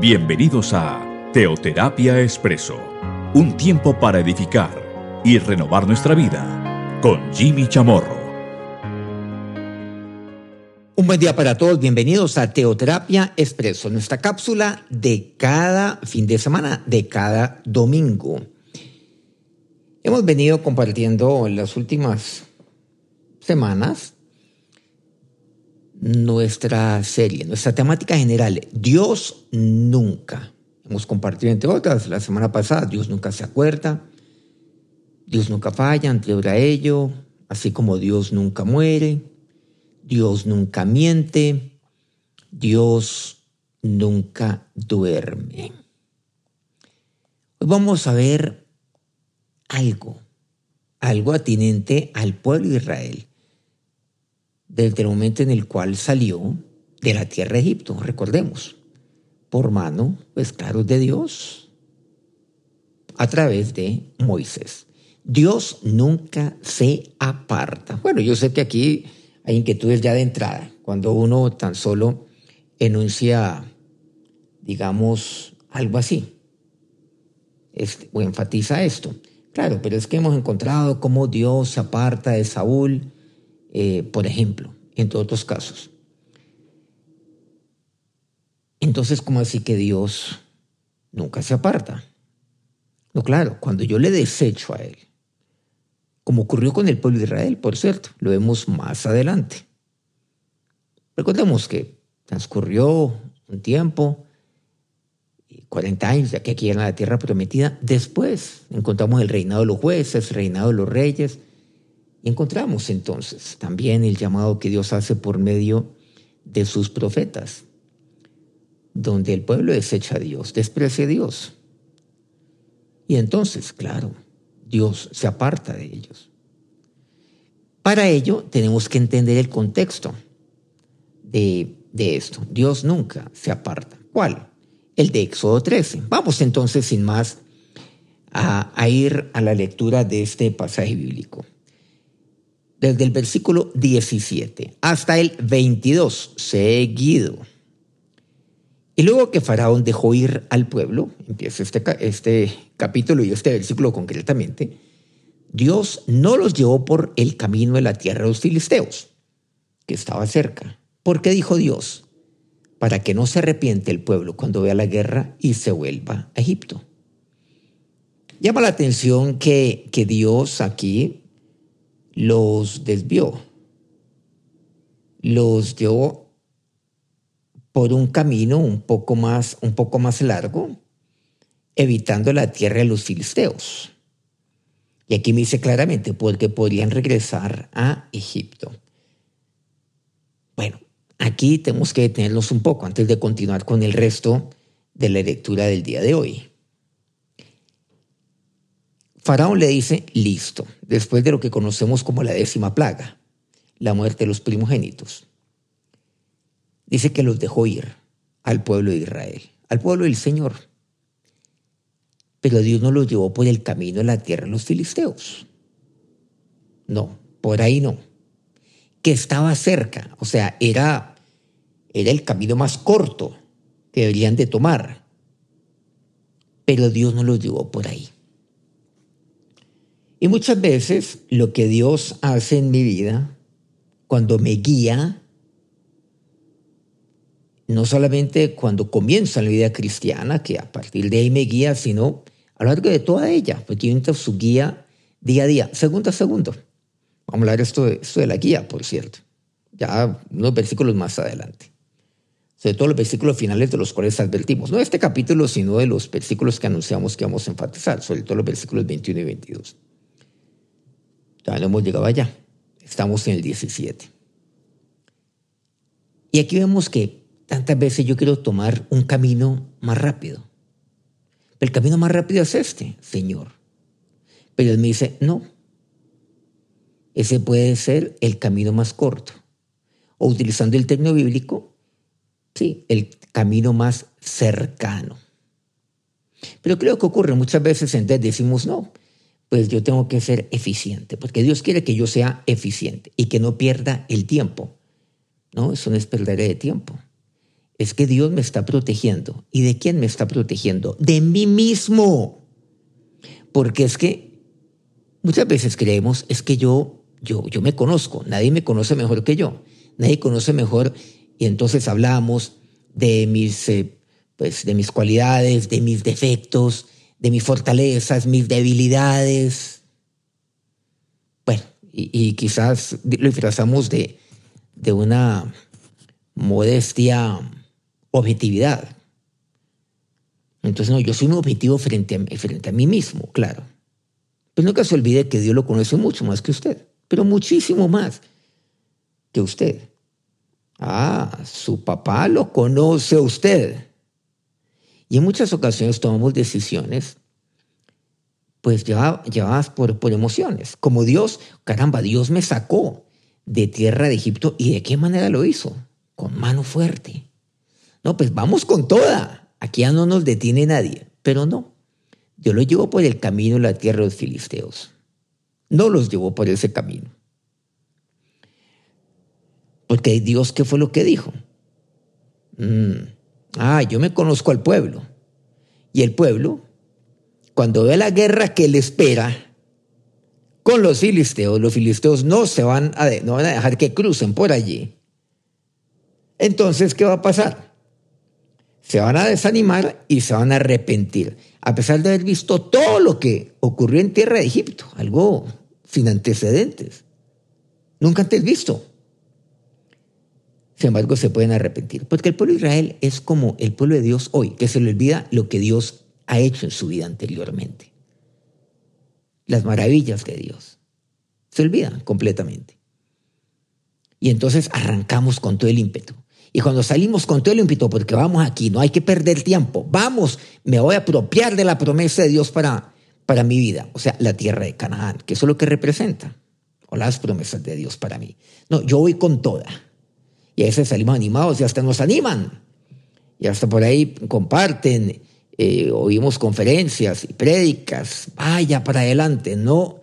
Bienvenidos a Teoterapia Expreso, un tiempo para edificar y renovar nuestra vida con Jimmy Chamorro. Un buen día para todos, bienvenidos a Teoterapia Expreso, nuestra cápsula de cada fin de semana, de cada domingo. Hemos venido compartiendo en las últimas semanas nuestra serie, nuestra temática general, Dios nunca. Hemos compartido entre otras la semana pasada, Dios nunca se acuerda, Dios nunca falla, anterior a ello, así como Dios nunca muere, Dios nunca miente, Dios nunca duerme. Hoy vamos a ver algo atinente al pueblo de Israel, desde el momento en el cual salió de la tierra de Egipto, recordemos, por mano, pues claro, de Dios, a través de Moisés. Dios nunca se aparta. Bueno, yo sé que aquí hay inquietudes ya de entrada, cuando uno tan solo enuncia, digamos, algo así, o enfatiza esto. Claro, pero es que hemos encontrado cómo Dios se aparta de Saúl, por ejemplo, entre otros casos. Entonces, ¿cómo así que Dios nunca se aparta? No, claro, cuando yo le desecho a Él, como ocurrió con el pueblo de Israel, por cierto, lo vemos más adelante. Recordemos que transcurrió un tiempo, 40 años, ya que aquí era la tierra prometida. Después encontramos el reinado de los jueces, el reinado de los reyes, y encontramos entonces también el llamado que Dios hace por medio de sus profetas, donde el pueblo desecha a Dios, desprecia a Dios. Y entonces, claro, Dios se aparta de ellos. Para ello tenemos que entender el contexto de esto. Dios nunca se aparta. ¿Cuál? El de Éxodo 13. Vamos entonces sin más a ir a la lectura de este pasaje bíblico. Desde el versículo 17 hasta el 22, seguido. Y luego que Faraón dejó ir al pueblo, empieza este capítulo y este versículo concretamente, Dios no los llevó por el camino de la tierra de los filisteos, que estaba cerca. ¿Por qué dijo Dios? Para que no se arrepiente el pueblo cuando vea la guerra y se vuelva a Egipto. Llama la atención que Dios aquí los desvió, los llevó por un camino un poco más largo, evitando la tierra de los filisteos. Y aquí me dice claramente, porque podrían regresar a Egipto. Bueno, aquí tenemos que detenernos un poco antes de continuar con el resto de la lectura del día de hoy. Faraón le dice, listo, después de lo que conocemos como la 10ª plaga, la muerte de los primogénitos. Dice que los dejó ir al pueblo de Israel, al pueblo del Señor. Pero Dios no los llevó por el camino de la tierra de los filisteos. No, por ahí no. Que estaba cerca, o sea, era el camino más corto que deberían de tomar. Pero Dios no los llevó por ahí. Y muchas veces lo que Dios hace en mi vida, cuando me guía, no solamente cuando comienza la vida cristiana, que a partir de ahí me guía, sino a lo largo de toda ella, porque entra su guía día a día, segundo a segundo. Vamos a hablar esto de la guía, por cierto, ya unos versículos más adelante. Sobre todo los versículos finales de los cuales advertimos, no de este capítulo, sino de los versículos que anunciamos que vamos a enfatizar, sobre todo los versículos 21 y 22. Ya no hemos llegado allá, estamos en el 17. Y aquí vemos que tantas veces yo quiero tomar un camino más rápido. El camino más rápido es este, Señor. Pero Él me dice, no, ese puede ser el camino más corto. O utilizando el término bíblico, sí, el camino más cercano. Pero creo que ocurre muchas veces, entonces decimos, no, pues yo tengo que ser eficiente, porque Dios quiere que yo sea eficiente y que no pierda el tiempo. No, eso no es perder de tiempo. es que Dios me está protegiendo. ¿Y de quién me está protegiendo? De mí mismo. Porque es que muchas veces creemos, es que yo me conozco, nadie me conoce mejor que yo, nadie conoce mejor, y entonces hablamos de de mis cualidades, de mis defectos, de mis fortalezas, mis debilidades. Bueno, y quizás lo disfrazamos de una modestia objetividad. Entonces, no, yo soy muy objetivo frente a mí mismo, claro. Pero nunca se olvide que Dios lo conoce mucho más que usted, pero muchísimo más que usted. Su papá lo conoce a usted. Y en muchas ocasiones tomamos decisiones pues llevadas por emociones. Como Dios, caramba, Dios me sacó de tierra de Egipto. ¿Y de qué manera lo hizo? Con mano fuerte. No, pues vamos con toda. Aquí ya no nos detiene nadie. Pero no, Dios los llevó por el camino de la tierra de los filisteos. No los llevó por ese camino. Porque Dios, ¿qué fue lo que dijo? Yo me conozco al pueblo. Y el pueblo, cuando ve la guerra que le espera con los filisteos no van a dejar que crucen por allí. Entonces, ¿qué va a pasar? Se van a desanimar y se van a arrepentir, a pesar de haber visto todo lo que ocurrió en tierra de Egipto, algo sin antecedentes, nunca antes visto. Sin embargo, se pueden arrepentir, porque el pueblo de Israel es como el pueblo de Dios hoy, que se le olvida lo que Dios ha hecho en su vida anteriormente. Las maravillas de Dios. Se olvidan completamente. Y entonces arrancamos con todo el ímpetu. Y cuando salimos con todo el ímpetu, porque vamos aquí, no hay que perder tiempo, vamos, me voy a apropiar de la promesa de Dios para mi vida, o sea, la tierra de Canaán, que eso es lo que representa, o las promesas de Dios para mí. No, yo voy con toda. Y a veces salimos animados y hasta nos animan. Y hasta por ahí comparten, oímos conferencias y prédicas, vaya para adelante, no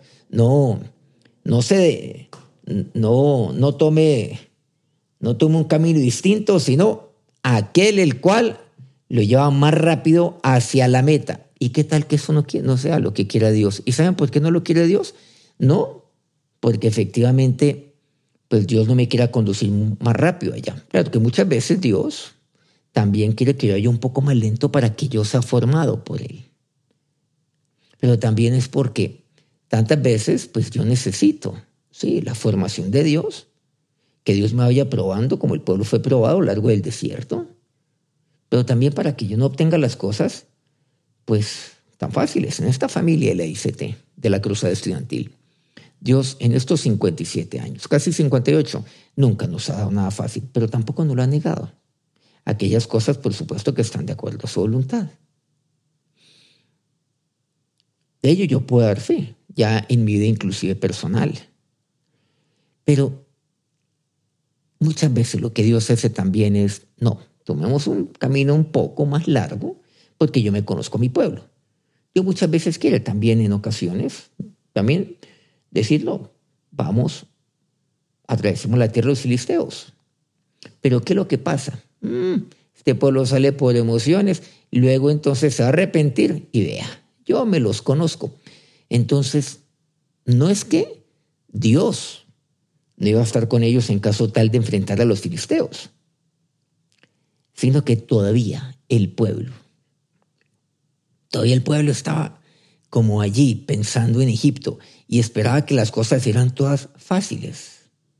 tome un camino distinto, sino aquel el cual lo lleva más rápido hacia la meta. ¿Y qué tal que eso no sea lo que quiera Dios? ¿Y saben por qué no lo quiere Dios? No, porque efectivamente pues Dios no me quiera conducir más rápido allá. Claro que muchas veces Dios también quiere que yo vaya un poco más lento para que yo sea formado por Él. Pero también es porque tantas veces pues yo necesito, sí, la formación de Dios, que Dios me vaya probando como el pueblo fue probado a lo largo del desierto, pero también para que yo no obtenga las cosas pues tan fáciles en esta familia de la ICT, de la Cruzada Estudiantil. Dios en estos 57 años, casi 58, nunca nos ha dado nada fácil, pero tampoco nos lo ha negado. Aquellas cosas, por supuesto, que están de acuerdo a su voluntad. De ello yo puedo dar fe, ya en mi vida inclusive personal. Pero muchas veces lo que Dios hace también es, no, tomemos un camino un poco más largo, porque yo me conozco a mi pueblo. Dios muchas veces quiere también en ocasiones, también decirlo, vamos, atravesemos la tierra de los filisteos. Pero ¿qué es lo que pasa? Este pueblo sale por emociones, luego entonces se va a arrepentir y vea, yo me los conozco. Entonces, no es que Dios no iba a estar con ellos en caso tal de enfrentar a los filisteos, sino que todavía el pueblo estaba como allí pensando en Egipto y esperaba que las cosas eran todas fáciles,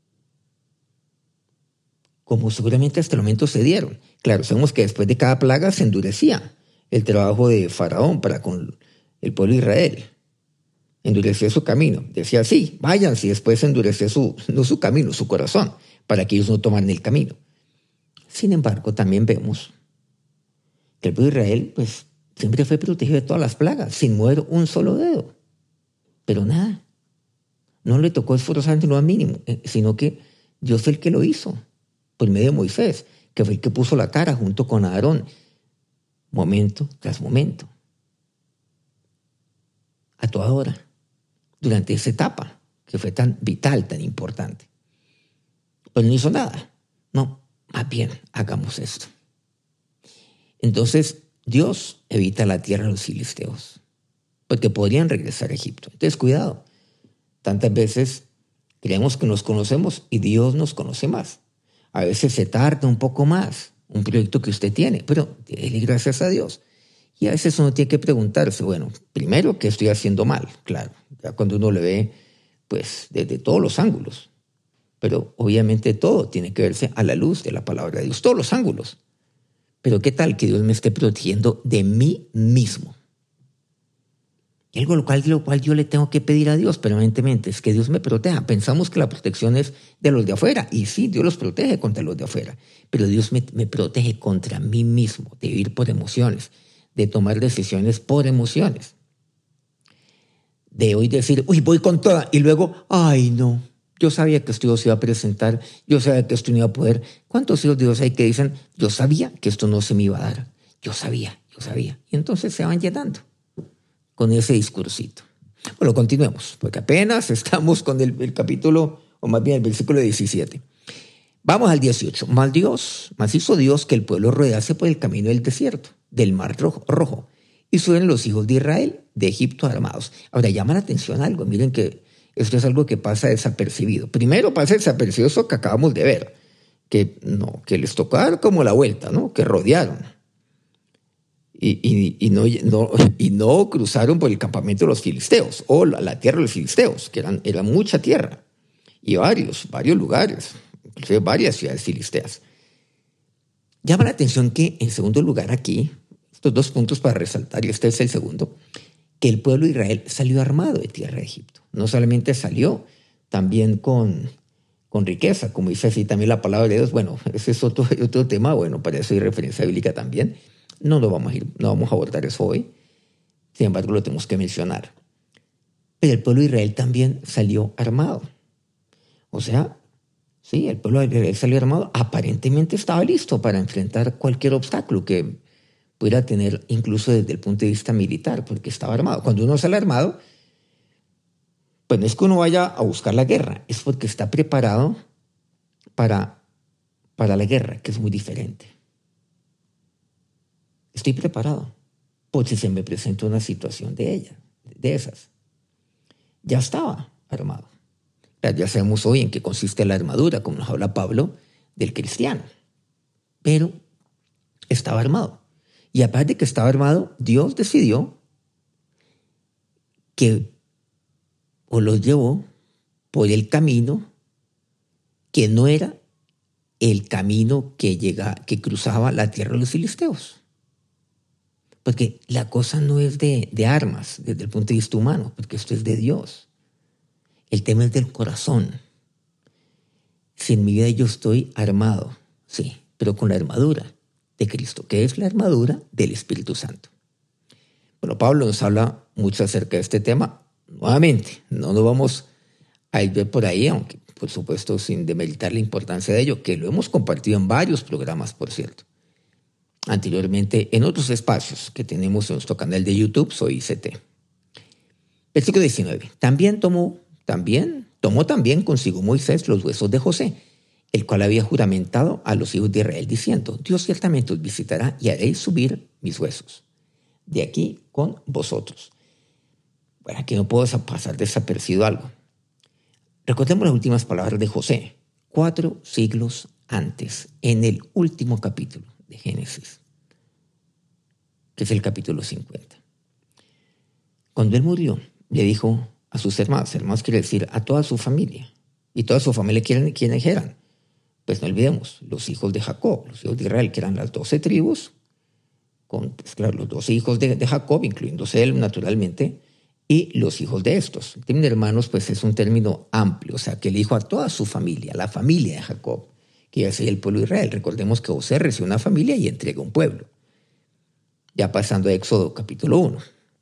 como seguramente hasta el momento se dieron. Claro, sabemos que después de cada plaga se endurecía el trabajo de Faraón para con el pueblo de Israel. Endurecía su camino. Decía, sí, váyanse, y después endurecía no su camino, su corazón, para que ellos no tomaran el camino. Sin embargo, también vemos que el pueblo de Israel, pues, siempre fue protegido de todas las plagas, sin mover un solo dedo. Pero nada, no le tocó esforzarse lo más mínimo, sino que Dios fue el que lo hizo, por medio de Moisés, que fue el que puso la cara junto con Aarón, momento tras momento, a toda hora, durante esa etapa que fue tan vital, tan importante. Pero no hizo nada. No, más bien, hagamos esto. Entonces Dios evita la tierra de los filisteos, porque podrían regresar a Egipto. Entonces cuidado, tantas veces creemos que nos conocemos y Dios nos conoce más. A veces se tarda un poco más un proyecto que usted tiene, pero déle gracias a Dios. Y a veces uno tiene que preguntarse, bueno, primero, ¿qué estoy haciendo mal? Claro, ya cuando uno le ve, pues, desde todos los ángulos. Pero obviamente todo tiene que verse a la luz de la palabra de Dios, todos los ángulos. Pero ¿qué tal que Dios me esté protegiendo de mí mismo? Y algo lo cual yo le tengo que pedir a Dios permanentemente es que Dios me proteja. Pensamos que la protección es de los de afuera. Y sí, Dios los protege contra los de afuera. Pero Dios me protege contra mí mismo, de vivir por emociones, de tomar decisiones por emociones. De hoy decir, uy, voy con toda. Y luego, ay, no. Yo sabía que esto se iba a presentar. Yo sabía que esto no iba a poder. ¿Cuántos hijos de Dios hay que dicen, yo sabía que esto no se me iba a dar? Yo sabía. Y entonces se van llenando con ese discursito. Bueno, continuemos, porque apenas estamos con el capítulo, o más bien el versículo 17. Vamos al 18. Mas hizo Dios que el pueblo rodease por el camino del desierto, del mar rojo, y suben los hijos de Israel de Egipto armados. Ahora, llama la atención algo. Miren que esto es algo que pasa desapercibido. Primero pasa desapercibido eso que acabamos de ver, que les tocó dar como la vuelta, ¿no? Que rodearon. Y no cruzaron por el campamento de los filisteos o la tierra de los filisteos, que era mucha tierra y varios lugares, inclusive varias ciudades filisteas. Llama la atención que, en segundo lugar aquí, estos dos puntos para resaltar, y este es el segundo, que el pueblo de Israel salió armado de tierra de Egipto. No solamente salió, también con riqueza, como dice así también la palabra de Dios. Bueno, ese es otro tema, bueno, para eso hay referencia bíblica también. No vamos a abordar eso hoy. Sin embargo, lo tenemos que mencionar. Pero el pueblo de Israel también salió armado. O sea, sí, el pueblo de Israel salió armado. Aparentemente estaba listo para enfrentar cualquier obstáculo que pudiera tener, incluso desde el punto de vista militar, porque estaba armado. Cuando uno sale armado, pues no es que uno vaya a buscar la guerra, es porque está preparado para la guerra, que es muy diferente. Estoy preparado por si se me presenta una situación de esas. Ya estaba armado. Ya sabemos hoy en qué consiste la armadura, como nos habla Pablo del cristiano. Pero estaba armado. Y aparte de que estaba armado, Dios decidió los llevó por el camino que no era el camino que cruzaba la tierra de los filisteos. Porque la cosa no es de armas desde el punto de vista humano, porque esto es de Dios. El tema es del corazón. Si en mi vida yo estoy armado, sí, pero con la armadura de Cristo, que es la armadura del Espíritu Santo. Bueno, Pablo nos habla mucho acerca de este tema. Nuevamente, no nos vamos a ir por ahí, aunque por supuesto sin demeritar la importancia de ello, que lo hemos compartido en varios programas, por cierto. Anteriormente en otros espacios que tenemos en nuestro canal de YouTube, Soy ICT. Versículo 19. Tomó también consigo Moisés los huesos de José, el cual había juramentado a los hijos de Israel, diciendo, Dios ciertamente os visitará y haréis subir mis huesos de aquí con vosotros. Bueno, aquí no puedo pasar desapercibido algo. Recordemos las últimas palabras de José, 4 siglos antes, en el último capítulo de Génesis, que es el capítulo 50. Cuando él murió, le dijo a sus hermanos quiere decir a toda su familia, y toda su familia, ¿quiénes eran? Pues no olvidemos, los hijos de Jacob, los hijos de Israel, que eran las 12 tribus, pues claro, los 12 hijos de Jacob, incluyéndose él naturalmente, y los hijos de estos. El término hermanos, pues es un término amplio, o sea, que le dijo a toda su familia, la familia de Jacob, que ya sería el pueblo de Israel. Recordemos que José recibió una familia y entrega un pueblo. Ya pasando a Éxodo capítulo 1.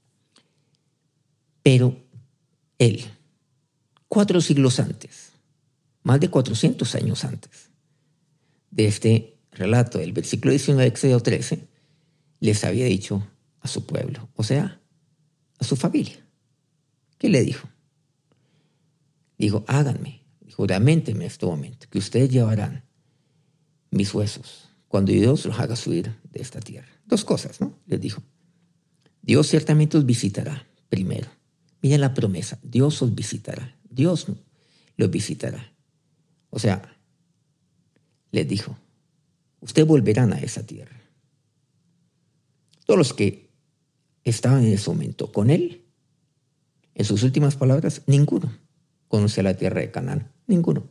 Pero él, 4 siglos antes, más de 400 años antes de este relato del versículo 19 de Éxodo 13, les había dicho a su pueblo, o sea, a su familia. ¿Qué le dijo? Dijo, háganme, juramentenme en este momento, que ustedes llevarán mis huesos cuando Dios los haga subir de esta tierra. Dos cosas, ¿no? Les dijo. Dios ciertamente os visitará, primero. Miren la promesa, Dios os visitará. Dios los visitará. O sea, les dijo, ustedes volverán a esa tierra. Todos los que estaban en ese momento con él, en sus últimas palabras, ninguno conoce la tierra de Canaán, ninguno.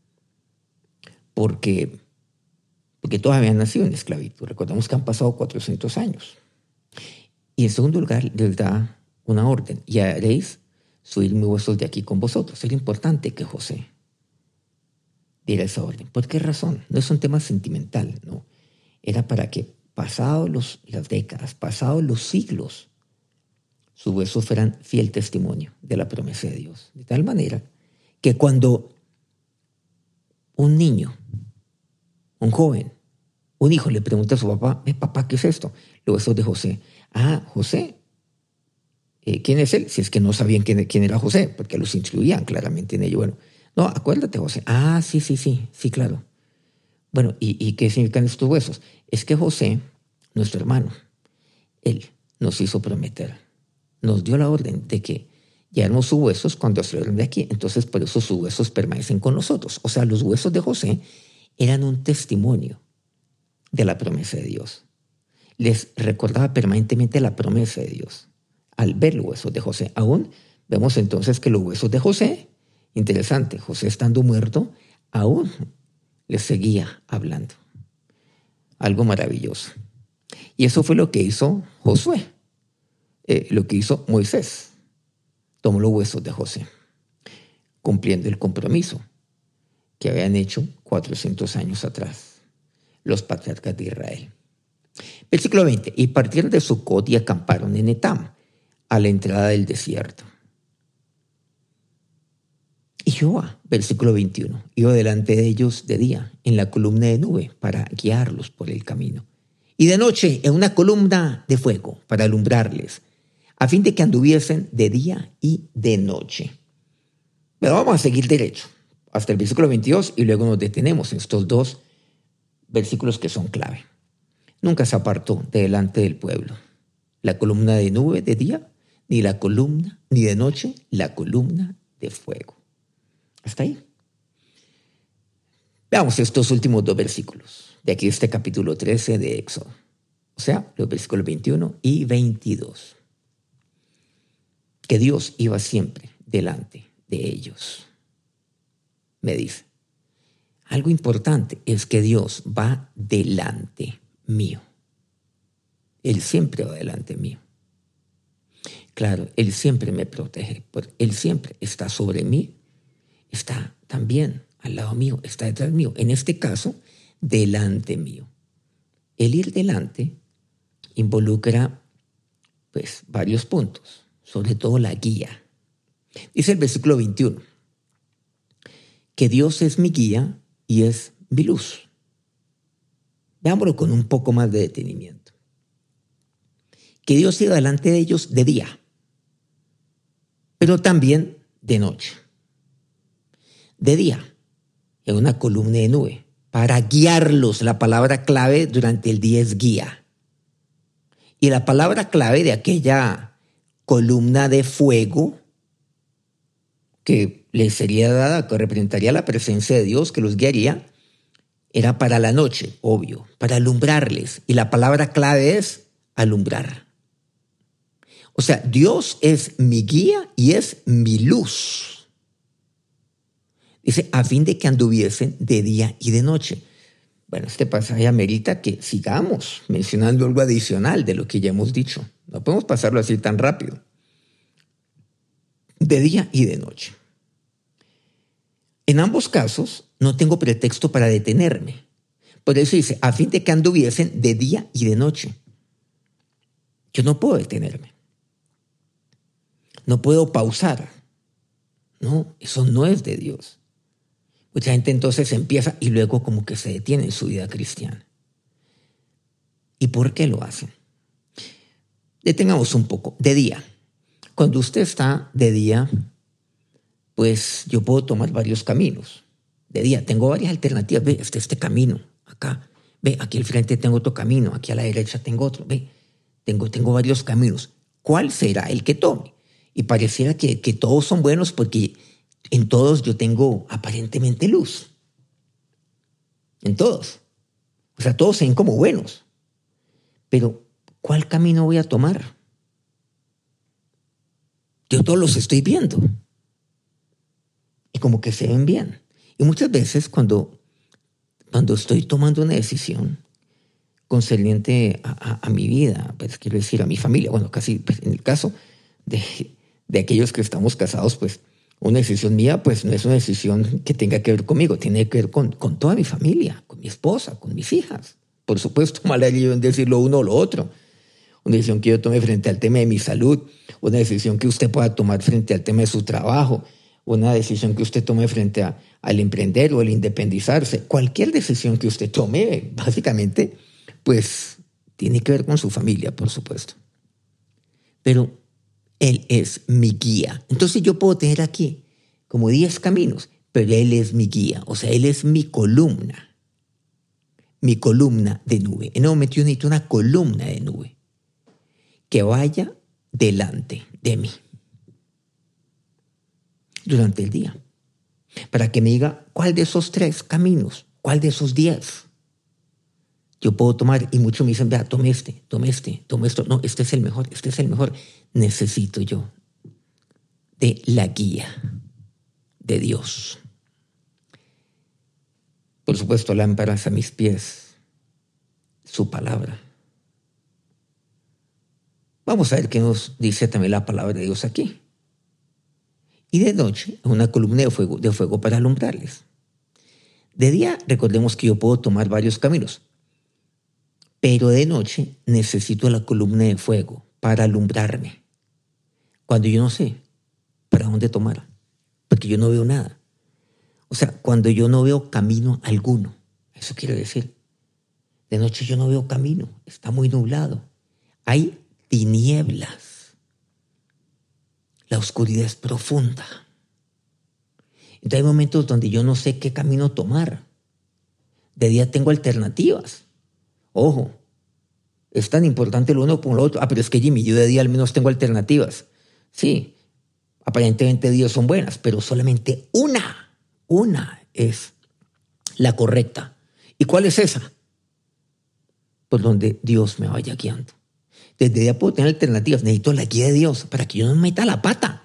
Porque todos habían nacido en esclavitud. Recordemos que han pasado 400 años. Y en segundo lugar, les da una orden. Y haréis subir mis huesos de aquí con vosotros. Era importante que José diera esa orden. ¿Por qué razón? No es un tema sentimental, no. Era para que, pasados las décadas, pasados los siglos, sus huesos fueran fiel testimonio de la promesa de Dios. De tal manera que cuando un niño, un joven, un hijo le pregunta a su papá, papá, ¿qué es esto? Los huesos de José. Ah, José. ¿Quién es él? Si es que no sabían quién era José, porque los instruían claramente en ello. Bueno, no, acuérdate, José. Ah, sí, claro. Bueno, ¿y qué significan estos huesos? Es que José, nuestro hermano, él nos hizo prometer, nos dio la orden de que lleváramos sus huesos cuando salieron de aquí. Entonces, por eso sus huesos permanecen con nosotros. O sea, los huesos de José eran un testimonio de la promesa de Dios. Les recordaba permanentemente la promesa de Dios. Al ver los huesos de José, aún vemos entonces que los huesos de José, interesante, José estando muerto, aún les seguía hablando. Algo maravilloso. Y eso fue lo que hizo Josué, lo que hizo Moisés. Tomó los huesos de José, cumpliendo el compromiso que habían hecho 400 años atrás los patriarcas de Israel. Versículo 20. Y partieron de Sucot y acamparon en Etam, a la entrada del desierto. Y Jehová, versículo 21, iba delante de ellos de día en la columna de nube para guiarlos por el camino, y de noche en una columna de fuego para alumbrarles, a fin de que anduviesen de día y de noche. Pero vamos a seguir derecho hasta el versículo 22 y luego nos detenemos en estos dos versículos que son clave. Nunca se apartó de delante del pueblo la columna de nube de día, ni la columna, ni de noche la columna de fuego. Hasta ahí. Veamos estos últimos dos versículos de aquí este capítulo 13 de Éxodo. O sea, los versículos 21 y 22. Que Dios iba siempre delante de ellos. Me dice, algo importante es que Dios va delante mío. Él siempre va delante mío. Claro, Él siempre me protege, Él siempre está sobre mí, está también al lado mío, está detrás mío. En este caso, delante mío. El ir delante involucra varios puntos, sobre todo la guía. Dice el versículo 21, que Dios es mi guía y es mi luz. Veámoslo con un poco más de detenimiento. Que Dios iba delante de ellos de día, pero también de noche. De día, en una columna de nube, para guiarlos. La palabra clave durante el día es guía. Y la palabra clave de aquella columna de fuego que les sería dada, que representaría la presencia de Dios, que los guiaría, era para la noche, obvio, para alumbrarles. Y la palabra clave es alumbrar. O sea, Dios es mi guía y es mi luz. Dice, a fin de que anduviesen de día y de noche. Bueno, este pasaje amerita que sigamos mencionando algo adicional de lo que ya hemos dicho. No podemos pasarlo así tan rápido. De día y de noche. En ambos casos, no tengo pretexto para detenerme. Por eso dice, a fin de que anduviesen de día y de noche. Yo no puedo detenerme. No puedo pausar. No, eso no es de Dios. Mucha gente entonces empieza y luego como que se detiene en su vida cristiana. ¿Y por qué lo hacen? Detengamos un poco. De día. Cuando usted está de día, pues yo puedo tomar varios caminos. De día tengo varias alternativas. Ve, este camino acá. Ve, aquí al frente tengo otro camino, aquí a la derecha tengo otro. Ve, tengo varios caminos. ¿Cuál será el que tome? Y pareciera que todos son buenos porque en todos yo tengo aparentemente luz. En todos. O sea, todos se ven como buenos. Pero, ¿cuál camino voy a tomar? Yo todos los estoy viendo. Y como que se ven bien. Y muchas veces cuando estoy tomando una decisión concerniente a mi vida, pues quiero decir a mi familia, bueno, casi pues, en el caso de aquellos que estamos casados, pues una decisión mía, pues no es una decisión que tenga que ver conmigo, tiene que ver con toda mi familia, con mi esposa, con mis hijas. Por supuesto, mal haría yo en decir lo uno o lo otro. Una decisión que yo tome frente al tema de mi salud, una decisión que usted pueda tomar frente al tema de su trabajo, una decisión que usted tome frente al emprender o al independizarse. Cualquier decisión que usted tome, básicamente, pues tiene que ver con su familia, por supuesto. Pero Él es mi guía. Entonces yo puedo tener aquí como 10 caminos, pero Él es mi guía. O sea, Él es mi columna de nube. En un momento yo necesito una columna de nube que vaya delante de mí durante el día, para que me diga cuál de esos 3 caminos, cuál de esos 10 yo puedo tomar. Y muchos me dicen, vea, tome esto. No, este es el mejor. Necesito yo de la guía de Dios. Por supuesto, lámparas a mis pies, su palabra. Vamos a ver qué nos dice también la palabra de Dios aquí. Y de noche, una columna de fuego para alumbrarles. De día, recordemos que yo puedo tomar varios caminos. Pero de noche necesito la columna de fuego para alumbrarme. Cuando yo no sé para dónde tomar, porque yo no veo nada. O sea, cuando yo no veo camino alguno, eso quiere decir, de noche yo no veo camino, está muy nublado. Hay tinieblas. La oscuridad es profunda. Entonces hay momentos donde yo no sé qué camino tomar. De día tengo alternativas. Ojo, es tan importante lo uno como lo otro. Pero es que Jimmy, yo de día al menos tengo alternativas. Sí, aparentemente 10 son buenas, pero solamente una es la correcta. ¿Y cuál es esa? Por donde Dios me vaya guiando. Desde día puedo tener alternativas, necesito la guía de Dios para que yo no me meta la pata.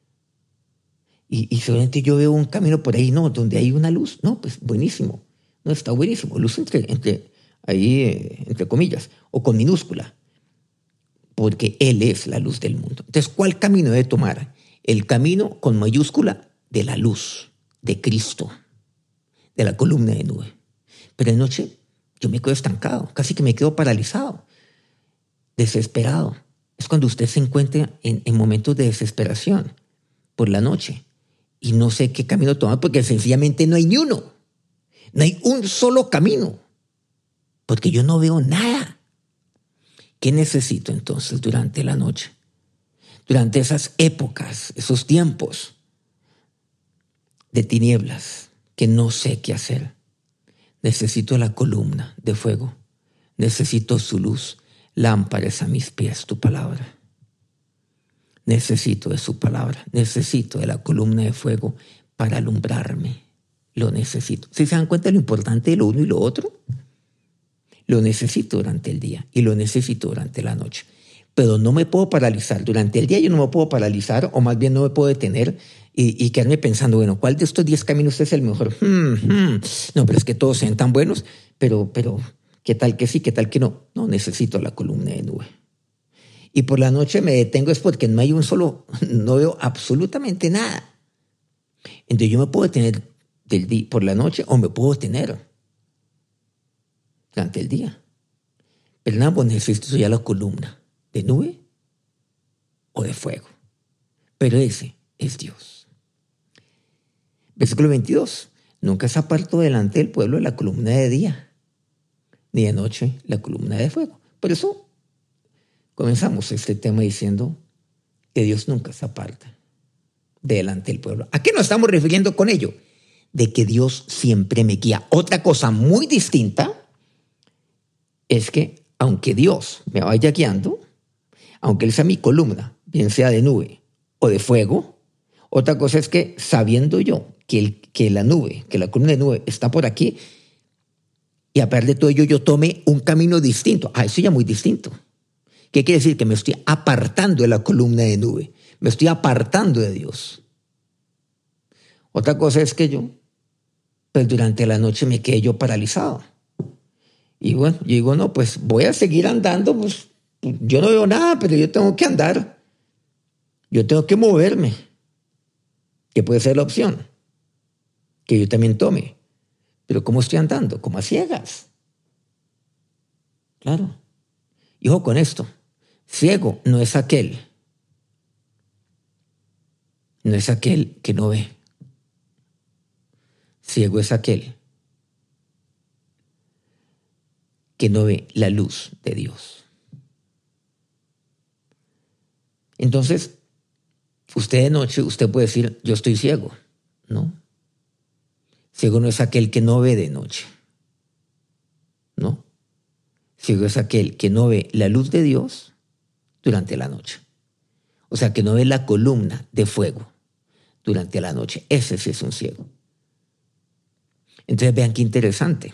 Y seguramente yo veo un camino por ahí, no, donde hay una luz. No, pues buenísimo. No, está buenísimo. Luz entre comillas, o con minúscula. Porque Él es la luz del mundo. Entonces, ¿cuál camino debe tomar? El camino con mayúscula de la luz, de Cristo, de la columna de nube. Pero de noche yo me quedo estancado, casi que me quedo paralizado, desesperado. Es cuando usted se encuentra en momentos de desesperación por la noche y no sé qué camino tomar porque sencillamente no hay ni uno. No hay un solo camino porque yo no veo nada. ¿Qué necesito entonces durante la noche? Durante esas épocas, esos tiempos de tinieblas que no sé qué hacer. Necesito la columna de fuego. Necesito su luz. Lámparas a mis pies, tu palabra. Necesito de su palabra. Necesito de la columna de fuego para alumbrarme. Lo necesito. ¿Sí se dan cuenta de lo importante de lo uno y lo otro? Lo necesito durante el día y lo necesito durante la noche. Pero no me puedo paralizar. Durante el día yo no me puedo paralizar, o más bien no me puedo detener y quedarme pensando, bueno, ¿cuál de estos 10 caminos es el mejor? No, pero es que todos sean tan buenos, pero ¿qué tal que sí, qué tal que no? No, necesito la columna de nube. Y por la noche me detengo es porque no hay un solo, no veo absolutamente nada. Entonces yo me puedo detener por la noche o me puedo detener durante el día. Pero en ambos necesito ya la columna de nube o de fuego. Pero ese es Dios. Versículo 22. Nunca se apartó delante del pueblo la columna de día, ni de noche la columna de fuego. Por eso comenzamos este tema diciendo que Dios nunca se aparta delante del pueblo. ¿A qué nos estamos refiriendo con ello? De que Dios siempre me guía. Otra cosa muy distinta es que aunque Dios me vaya guiando, aunque Él sea mi columna, bien sea de nube o de fuego, otra cosa es que sabiendo yo que la nube, que la columna de nube está por aquí, y a pesar de todo ello yo tome un camino distinto. Eso ya muy distinto. ¿Qué quiere decir? Que me estoy apartando de la columna de nube, me estoy apartando de Dios. Otra cosa es que yo, pues durante la noche me quedé yo paralizado. Y bueno, yo digo, no, pues voy a seguir andando, pues yo no veo nada, pero yo tengo que andar. Yo tengo que moverme, que puede ser la opción, que yo también tome. Pero ¿cómo estoy andando? Como a ciegas. Claro. Y ojo con esto. Ciego no es aquel que no ve. Ciego es aquel que no ve la luz de Dios. Entonces, usted de noche, usted puede decir, yo estoy ciego. No. Ciego no es aquel que no ve de noche. No. Ciego es aquel que no ve la luz de Dios durante la noche. O sea, que no ve la columna de fuego durante la noche. Ese sí es un ciego. Entonces vean qué interesante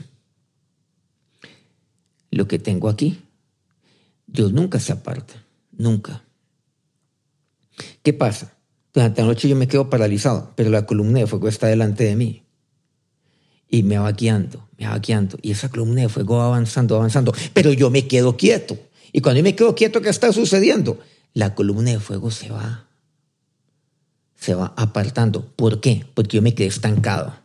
lo que tengo aquí. Dios nunca se aparta, nunca. ¿Qué pasa? Durante la noche yo me quedo paralizado, pero la columna de fuego está delante de mí. Y me va guiando. Y esa columna de fuego va avanzando. Pero yo me quedo quieto. Y cuando yo me quedo quieto, ¿qué está sucediendo? La columna de fuego se va apartando. ¿Por qué? Porque yo me quedé estancado.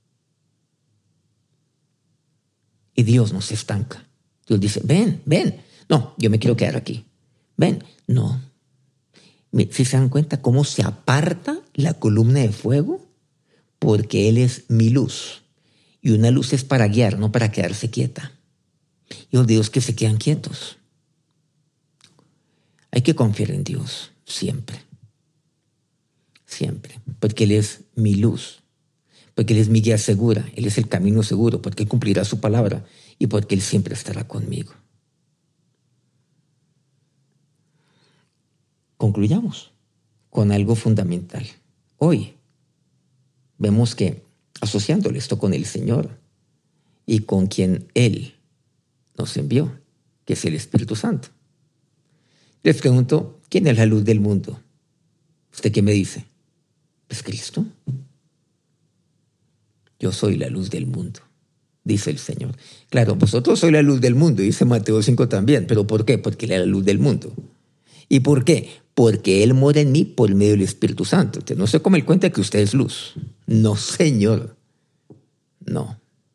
Y Dios no se estanca. Dios dice, ven. No, yo me quiero quedar aquí. Ven, no. ¿Sí se dan cuenta cómo se aparta la columna de fuego? Porque Él es mi luz. Y una luz es para guiar, no para quedarse quieta. Y los Dios que se quedan quietos. Hay que confiar en Dios siempre. Siempre. Porque Él es mi luz. Porque Él es mi guía segura. Él es el camino seguro. Porque Él cumplirá su palabra. Y porque Él siempre estará conmigo. Concluyamos con algo fundamental. Hoy vemos que, asociándole esto con el Señor y con quien Él nos envió, que es el Espíritu Santo, les pregunto, ¿quién es la luz del mundo? ¿Usted qué me dice? ¿Es Cristo? Yo soy la luz del mundo, dice el Señor. Claro, vosotros sois la luz del mundo, dice Mateo 5 también. ¿Pero por qué? Porque Él es la luz del mundo. ¿Y por qué? Porque Él mora en mí por medio del Espíritu Santo. Entonces, no se come el cuenta que usted es luz. No, Señor. No.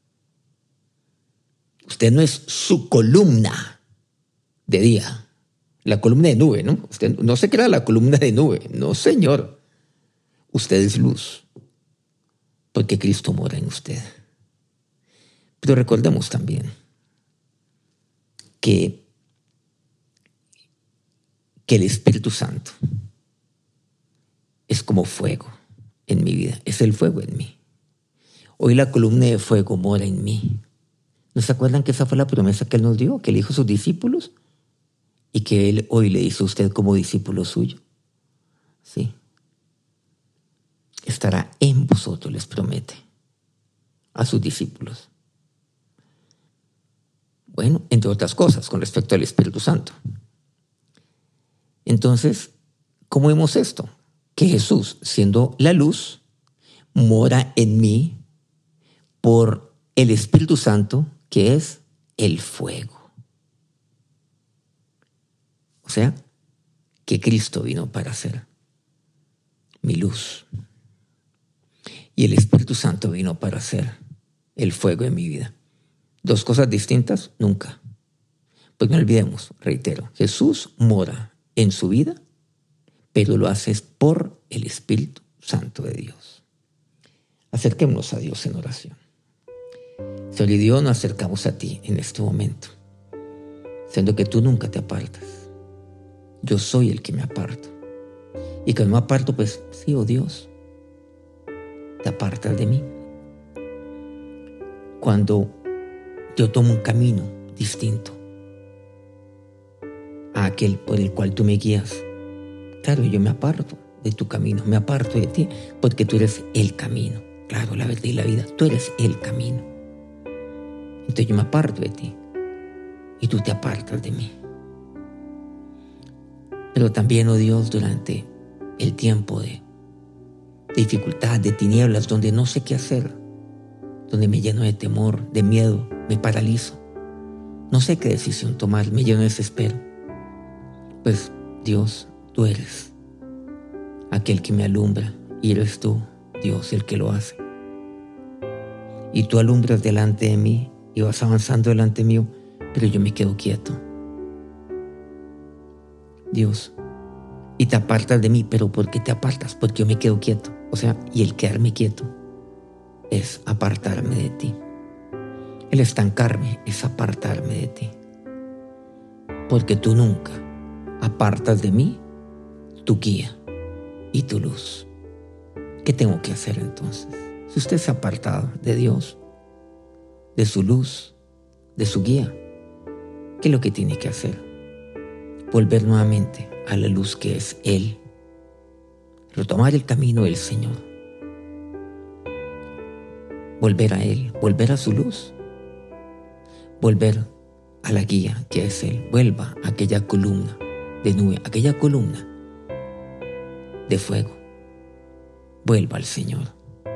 Usted no es su columna de día. La columna de nube, ¿no? Usted no se crea la columna de nube. No, Señor. Usted es luz. Porque Cristo mora en usted. Pero recordemos también que el Espíritu Santo es como fuego en mi vida. Es el fuego en mí. Hoy la columna de fuego mora en mí. ¿No se acuerdan que esa fue la promesa que Él nos dio? Que Él dijo a sus discípulos y que Él hoy le hizo a usted como discípulo suyo. Sí. Estará en vosotros, les promete, a sus discípulos. Bueno, entre otras cosas, con respecto al Espíritu Santo. Entonces, ¿cómo vemos esto? Que Jesús, siendo la luz, mora en mí por el Espíritu Santo, que es el fuego. O sea, que Cristo vino para ser mi luz. Y el Espíritu Santo vino para ser el fuego en mi vida. ¿Dos cosas distintas? Nunca. Pues no olvidemos, reitero, Jesús mora en su vida, pero lo haces por el Espíritu Santo de Dios. Acerquémonos a Dios en oración. Señor y Dios, nos acercamos a ti en este momento, siendo que tú nunca te apartas. Yo soy el que me aparto. Y cuando me aparto, pues sí, oh Dios, te apartas de mí. Cuando yo tomo un camino distinto, a aquel por el cual tú me guías. Claro, yo me aparto de tu camino, me aparto de ti, porque tú eres el camino. Claro, la verdad y la vida, tú eres el camino. Entonces yo me aparto de ti y tú te apartas de mí. Pero también, oh Dios, durante el tiempo de dificultad, de tinieblas, donde no sé qué hacer, donde me lleno de temor, de miedo, me paralizo, no sé qué decisión tomar, me lleno de desespero. Pues Dios, tú eres aquel que me alumbra y eres tú, Dios, el que lo hace. Y tú alumbras delante de mí y vas avanzando delante mío, pero yo me quedo quieto. Dios, y te apartas de mí, pero ¿por qué te apartas? Porque yo me quedo quieto. O sea, y el quedarme quieto es apartarme de ti. El estancarme es apartarme de ti. Porque tú nunca apartas de mí tu guía y tu luz. ¿Qué tengo que hacer entonces? Si usted se ha apartado de Dios, de su luz, de su guía, ¿qué es lo que tiene que hacer? Volver nuevamente a la luz que es Él. Retomar el camino del Señor. Volver a Él, volver a su luz. Volver a la guía que es Él. Vuelva a aquella columna de nube, aquella columna de fuego. Vuelva al Señor.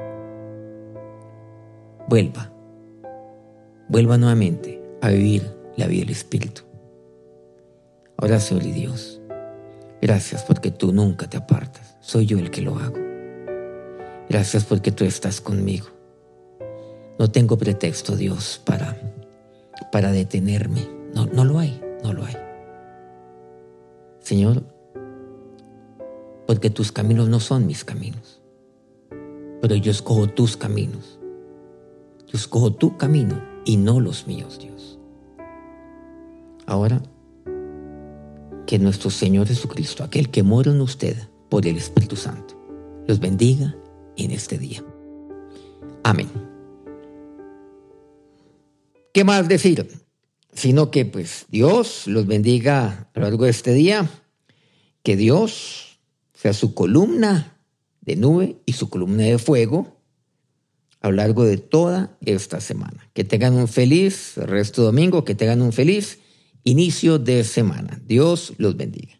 Vuelva nuevamente a vivir la vida del Espíritu. Ahora, Señor y Dios, gracias porque tú nunca te apartas. Soy yo el que lo hago. Gracias porque tú estás conmigo. No tengo pretexto, Dios, para detenerme. No lo hay. Señor, porque tus caminos no son mis caminos, pero yo escojo tus caminos. Yo escojo tu camino y no los míos, Dios. Ahora, que nuestro Señor Jesucristo, aquel que mora en usted por el Espíritu Santo, los bendiga en este día. Amén. ¿Qué más decir? Sino que pues Dios los bendiga a lo largo de este día. Que Dios sea su columna de nube y su columna de fuego a lo largo de toda esta semana. Que tengan un feliz resto de domingo, que tengan un feliz inicio de semana. Dios los bendiga.